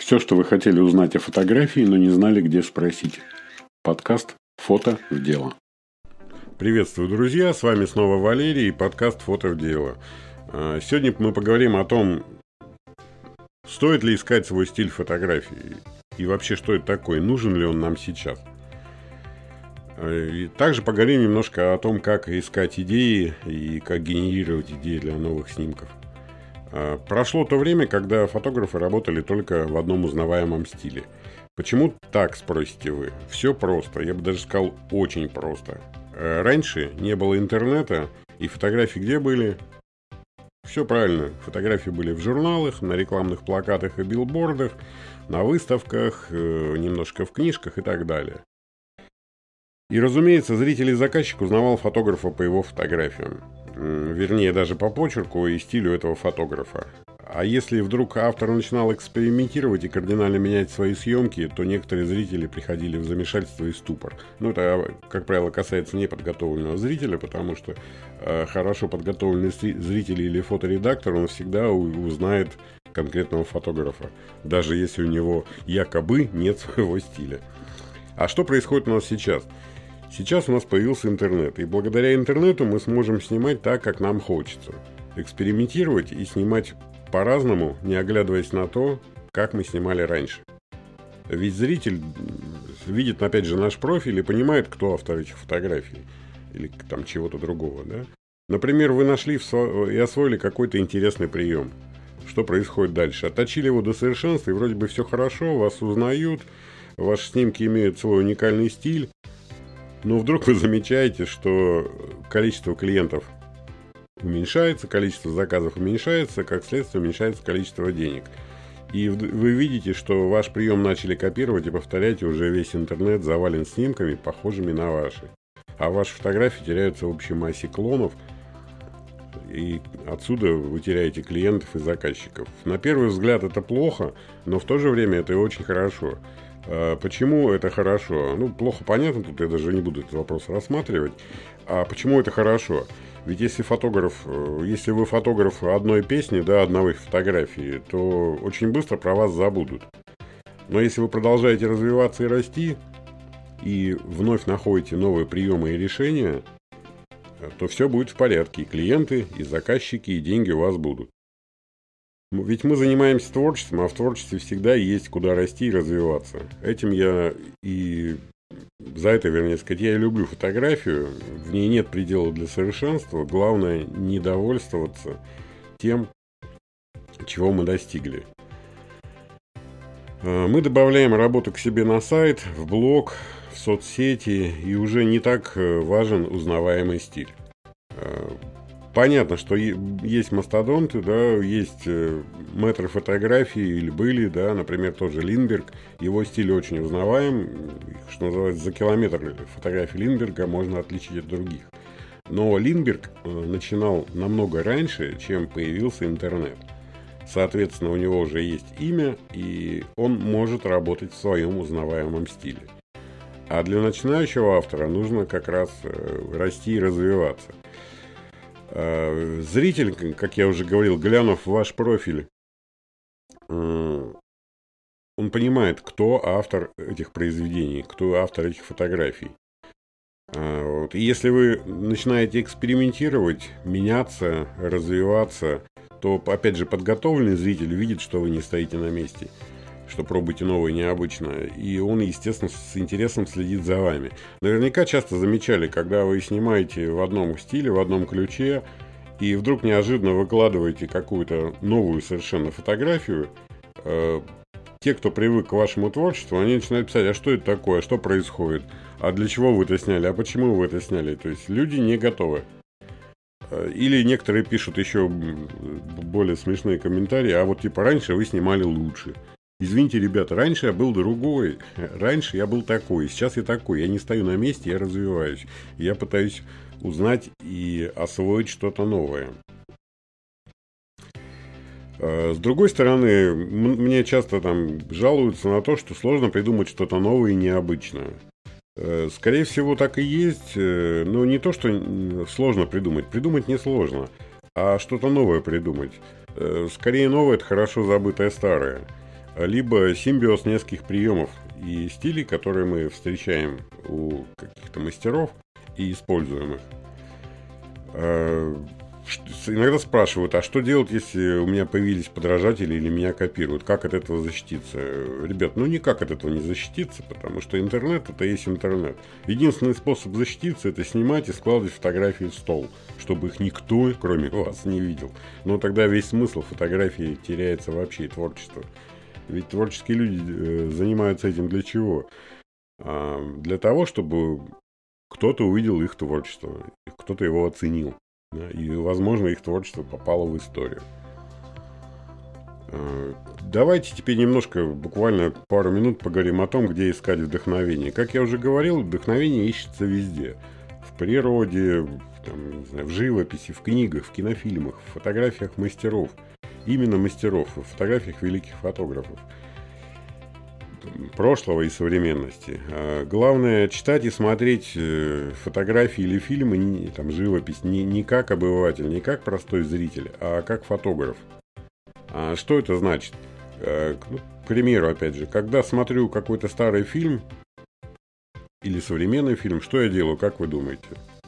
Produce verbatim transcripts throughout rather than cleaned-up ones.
Все, что вы хотели узнать о фотографии, но не знали, где спросить. Подкаст «Фото в дело». Приветствую, друзья! С вами снова Валерий и подкаст «Фото в дело». Сегодня мы поговорим о том, стоит ли искать свой стиль фотографии и вообще, что это такое, нужен ли он нам сейчас. И также поговорим немножко о том, как искать идеи и как генерировать идеи для новых снимков. Прошло то время, когда фотографы работали только в одном узнаваемом стиле. Почему так, спросите вы? Все просто, я бы даже сказал, очень просто. Раньше не было интернета, и фотографии где были? Все правильно, фотографии были в журналах, на рекламных плакатах и билбордах, на выставках, немножко в книжках и так далее. И, разумеется, зритель и заказчик узнавал фотографа по его фотографиям. Вернее, даже по почерку и стилю этого фотографа. А если вдруг автор начинал экспериментировать и кардинально менять свои съемки, то некоторые зрители приходили в замешательство и ступор. Ну, это, как правило, касается неподготовленного зрителя, потому что э, хорошо подготовленный зритель или фоторедактор, он всегда узнает конкретного фотографа, даже если у него якобы нет своего стиля. А что происходит у нас сейчас? Сейчас у нас появился интернет, и благодаря интернету мы сможем снимать так, как нам хочется. Экспериментировать и снимать по-разному, не оглядываясь на то, как мы снимали раньше. Ведь зритель видит, опять же, наш профиль и понимает, кто автор этих фотографий или там чего-то другого, да? Например, вы нашли и освоили какой-то интересный прием. Что происходит дальше? Отточили его до совершенства, и вроде бы все хорошо, вас узнают, ваши снимки имеют свой уникальный стиль. Но вдруг вы замечаете, что количество клиентов уменьшается, количество заказов уменьшается, как следствие уменьшается количество денег. И вы видите, что ваш прием начали копировать и повторять, и уже весь интернет завален снимками, похожими на ваши. А ваши фотографии теряются в общей массе клонов, и отсюда вы теряете клиентов и заказчиков. На первый взгляд это плохо, но в то же время это и очень хорошо. Почему это хорошо? Ну, плохо понятно, тут я даже не буду этот вопрос рассматривать. А почему это хорошо? Ведь если фотограф, если вы фотограф одной песни, да, одной фотографии, то очень быстро про вас забудут. Но если вы продолжаете развиваться и расти, и вновь находите новые приемы и решения, то все будет в порядке. И клиенты, и заказчики, и деньги у вас будут. Ведь мы занимаемся творчеством, а в творчестве всегда есть куда расти и развиваться. Этим я и... За это, вернее сказать, я и люблю фотографию. В ней нет предела для совершенства. Главное не довольствоваться тем, чего мы достигли. Мы добавляем работу к себе на сайт, в блог, в соцсети, и уже не так важен узнаваемый стиль. Понятно, что есть мастодонты, да, есть мэтры фотографии, или были, да, например, тот же Линдберг. Его стиль очень узнаваем, что называется, за километр фотографий Линдберга можно отличить от других. Но Линдберг начинал намного раньше, чем появился интернет. Соответственно, у него уже есть имя, и он может работать в своем узнаваемом стиле. А для начинающего автора нужно как раз расти и развиваться. Зритель, как я уже говорил, глянув в ваш профиль, он понимает, кто автор этих произведений, кто автор этих фотографий. Вот. И если вы начинаете экспериментировать, меняться, развиваться, то, опять же, подготовленный зритель видит, что вы не стоите на месте, что пробуете новое, необычное. И он, естественно, с интересом следит за вами. Наверняка часто замечали, когда вы снимаете в одном стиле, в одном ключе, и вдруг неожиданно выкладываете какую-то новую совершенно фотографию. Э, те, кто привык к вашему творчеству, они начинают писать: а что это такое, что происходит, а для чего вы это сняли, а почему вы это сняли. То есть люди не готовы. Или некоторые пишут еще более смешные комментарии: а вот типа раньше вы снимали лучше. Извините, ребята, раньше я был другой, раньше я был такой, сейчас я такой, я не стою на месте, я развиваюсь, я пытаюсь узнать и освоить что-то новое. С другой стороны, мне часто там жалуются на то, что сложно придумать что-то новое и необычное. Скорее всего, так и есть, но не то, что сложно придумать, придумать несложно, а что-то новое придумать. Скорее, новое – это хорошо забытое старое. либо симбиоз нескольких приемов и стилей, которые мы встречаем у каких-то мастеров и используем их. Иногда спрашивают, а что делать, если у меня появились подражатели или меня копируют? Как от этого защититься? Ребят, ну никак от этого не защититься, потому что интернет – это есть интернет. Единственный способ защититься – это снимать и складывать фотографии в стол, чтобы их никто, кроме вас, не видел. Но тогда весь смысл фотографии теряется вообще, и творчество. Ведь творческие люди занимаются этим для чего? Для того, чтобы кто-то увидел их творчество, кто-то его оценил. И, возможно, их творчество попало в историю. Давайте теперь немножко, буквально пару минут, поговорим о том, где искать вдохновение. Как я уже говорил, вдохновение ищется везде. В природе, там, не знаю, в живописи, в книгах, в кинофильмах, в фотографиях мастеров. Именно мастеров, в фотографиях великих фотографов прошлого и современности. А главное читать и смотреть фотографии или фильмы, не, там, живопись, не, не как обыватель, не как простой зритель, а как фотограф. А что это значит? А, ну, к примеру, опять же, когда смотрю какой-то старый фильм или современный фильм, что я делаю, как вы думаете?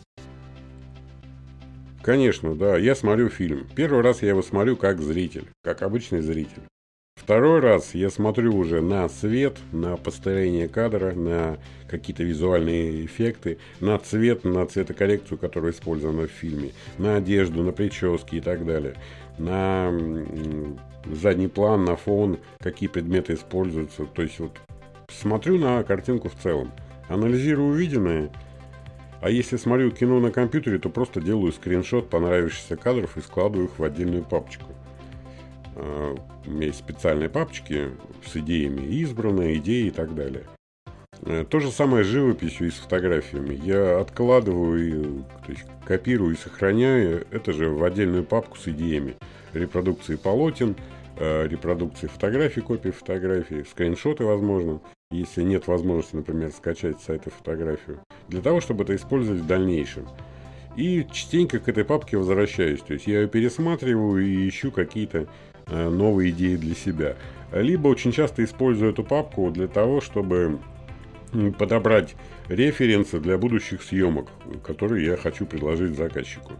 Конечно, да, я смотрю фильм. Первый раз я его смотрю как зритель, как обычный зритель. Второй раз я смотрю уже на свет, на построение кадра, на какие-то визуальные эффекты, на цвет, на цветокоррекцию, которая использована в фильме, на одежду, на прически и так далее, на задний план, на фон, какие предметы используются. То есть вот смотрю на картинку в целом, анализирую увиденное, а если смотрю кино на компьютере, то просто делаю скриншот понравившихся кадров и складываю их в отдельную папочку. У меня есть специальные папочки с идеями, избранные идеи и так далее. То же самое с живописью и с фотографиями. Я откладываю, то есть копирую и сохраняю это же в отдельную папку с идеями. Репродукции полотен, репродукции фотографий, копии фотографий, скриншоты, возможно, если нет возможности, например, скачать с сайта фотографию, для того, чтобы это использовать в дальнейшем. И частенько к этой папке возвращаюсь. То есть я ее пересматриваю и ищу какие-то новые идеи для себя. Либо очень часто использую эту папку для того, чтобы подобрать референсы для будущих съемок, которые я хочу предложить заказчику.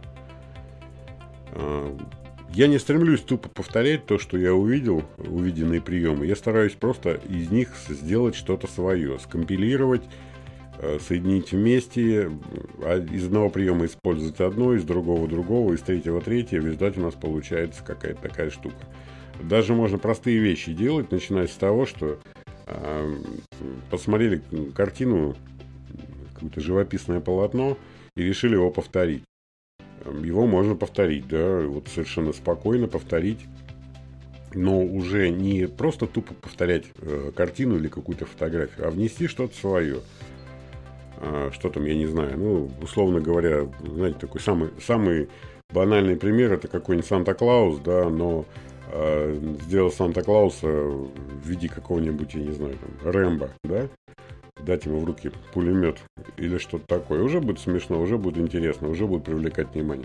Я не стремлюсь тупо повторять то, что я увидел, увиденные приемы. Я стараюсь просто из них сделать что-то свое, скомпилировать, соединить вместе. Из одного приема использовать одно, из другого другого, из третьего третье. В результате у нас получается какая-то такая штука. Даже можно простые вещи делать, начиная с того, что э, посмотрели картину, какое-то живописное полотно, и решили его повторить. Его можно повторить, да, вот совершенно спокойно повторить, но уже не просто тупо повторять э, картину или какую-то фотографию, а внести что-то свое. Э, что там, я не знаю, ну, условно говоря, знаете, такой самый, самый банальный пример, это какой-нибудь Санта-Клаус, да, но э, сделал Санта-Клауса в виде какого-нибудь, я не знаю, там, Рэмбо, да, дать ему в руки пулемет или что-то такое. Уже будет смешно, уже будет интересно, уже будет привлекать внимание.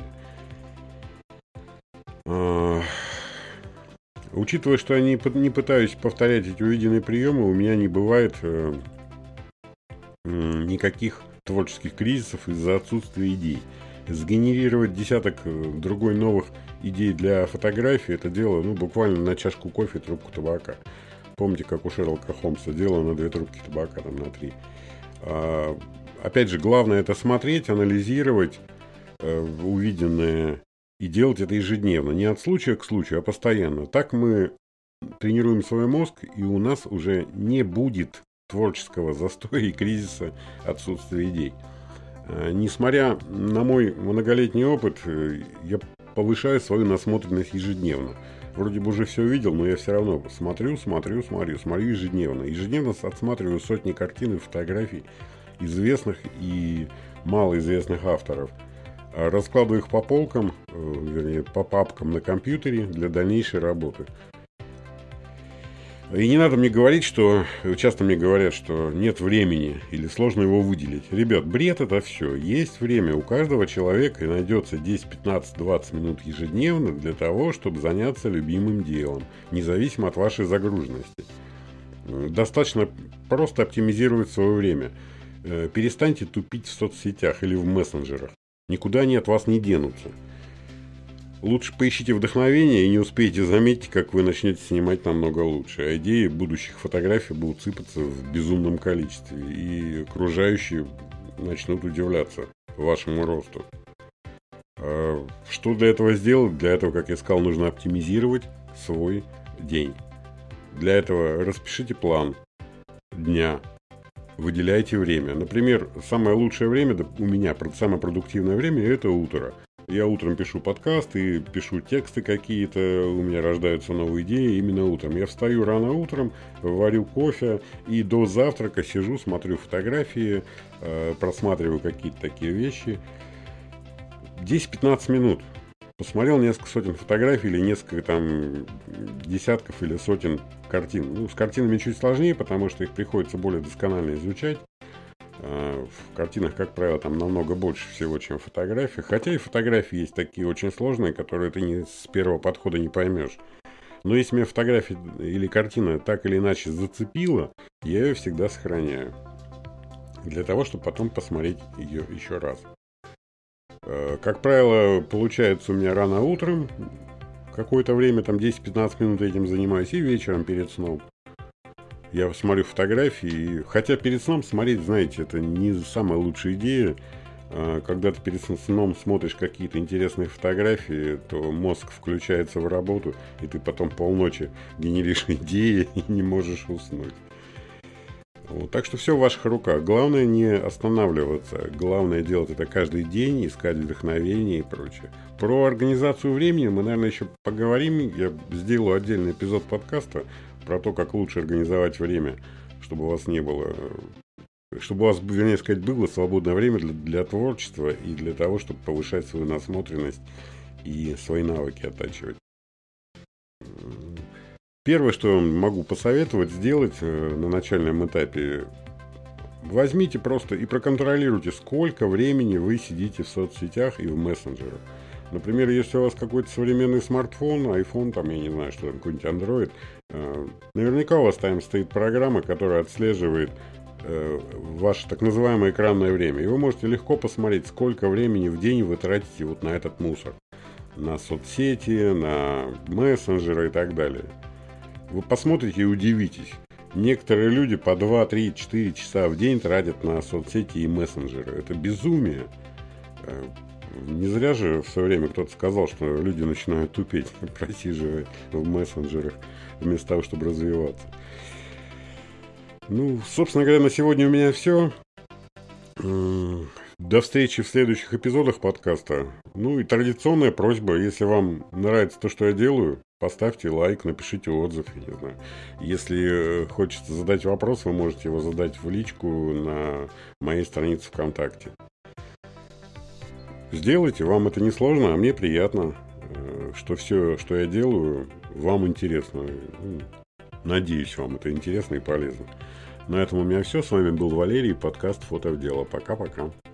А, учитывая, что я не, не пытаюсь повторять эти увиденные приемы, у меня не бывает э, э, никаких творческих кризисов из-за отсутствия идей. Сгенерировать десяток э, другой новых идей для фотографии — это дело, ну, буквально на чашку кофе и трубку табака. Помните, как у Шерлока Холмса, дело на две трубки табака, там на три. А, опять же, главное это смотреть, анализировать э, увиденное и делать это ежедневно. Не от случая к случаю, а постоянно. Так мы тренируем свой мозг, и у нас уже не будет творческого застоя и кризиса отсутствия идей. А, несмотря на мой многолетний опыт, я повышаю свою насмотренность ежедневно. Вроде бы уже все увидел, но я все равно смотрю, смотрю, смотрю, смотрю ежедневно. Ежедневно отсматриваю сотни картин и фотографий известных и малоизвестных авторов. Раскладываю их по полкам, вернее, по папкам на компьютере для дальнейшей работы. И не надо мне говорить, что... Часто мне говорят, что нет времени или сложно его выделить. Ребят, бред это все. Есть время. У каждого человека найдется десять, пятнадцать, двадцать минут ежедневно для того, чтобы заняться любимым делом, независимо от вашей загруженности. Достаточно просто оптимизировать свое время. Перестаньте тупить в соцсетях или в мессенджерах. Никуда они от вас не денутся. Лучше поищите вдохновение и не успеете заметить, как вы начнете снимать намного лучше. А идеи будущих фотографий будут сыпаться в безумном количестве. И окружающие начнут удивляться вашему росту. А что для этого сделать? Для этого, как я сказал, нужно оптимизировать свой день. Для этого распишите план дня. Выделяйте время. Например, самое лучшее время у меня, самое продуктивное время – это утро. Я утром пишу подкасты, пишу тексты какие-то, у меня рождаются новые идеи именно утром. Я встаю рано утром, варю кофе и до завтрака сижу, смотрю фотографии, просматриваю какие-то такие вещи. десять-пятнадцать минут. Посмотрел несколько сотен фотографий или несколько там десятков или сотен картин. Ну, с картинами чуть сложнее, потому что их приходится более досконально изучать. В картинах, как правило, там намного больше всего, чем в фотографиях. Хотя и фотографии есть такие очень сложные, которые ты не, с первого подхода не поймешь. Но если меня фотография или картина так или иначе зацепила, я ее всегда сохраняю. Для того, чтобы потом посмотреть ее еще раз. Как правило, получается у меня рано утром. Какое-то время, там десять-пятнадцать минут этим занимаюсь. И вечером перед сном. Я смотрю фотографии, хотя перед сном смотреть, знаете, это не самая лучшая идея. Когда ты перед сном смотришь какие-то интересные фотографии, то мозг включается в работу, и ты потом полночи генеришь идеи и не можешь уснуть. Вот, так что все в ваших руках. Главное не останавливаться. Главное делать это каждый день, искать вдохновение и прочее. Про организацию времени мы, наверное, еще поговорим. Я сделаю отдельный эпизод подкаста про то, как лучше организовать время, чтобы у вас не было, чтобы у вас, вернее сказать, было свободное время для, для творчества и для того, чтобы повышать свою насмотренность и свои навыки оттачивать. Первое, что могу посоветовать сделать на начальном этапе, возьмите просто и проконтролируйте, сколько времени вы сидите в соцсетях и в мессенджерах. Например, если у вас какой-то современный смартфон, iPhone, там, я не знаю, что там, какой-нибудь Android, э, наверняка у вас там стоит программа, которая отслеживает э, ваше так называемое экранное время. И вы можете легко посмотреть, сколько времени в день вы тратите вот на этот мусор. На соцсети, на мессенджеры и так далее. Вы посмотрите и удивитесь. Некоторые люди по два, три, четыре часа в день тратят на соцсети и мессенджеры. Это безумие. Не зря же в свое время кто-то сказал, что люди начинают тупеть, просиживая в мессенджерах, вместо того, чтобы развиваться. Ну, собственно говоря, на сегодня у меня все. До встречи в следующих эпизодах подкаста. Ну и традиционная просьба, если вам нравится то, что я делаю, поставьте лайк, напишите отзыв, я не знаю. Если хочется задать вопрос, вы можете его задать в личку на моей странице ВКонтакте. Сделайте, вам это не сложно, а мне приятно, что все, что я делаю, вам интересно. Надеюсь, вам это интересно и полезно. На этом у меня все. С вами был Валерий, подкаст «Фото в дело». Пока-пока.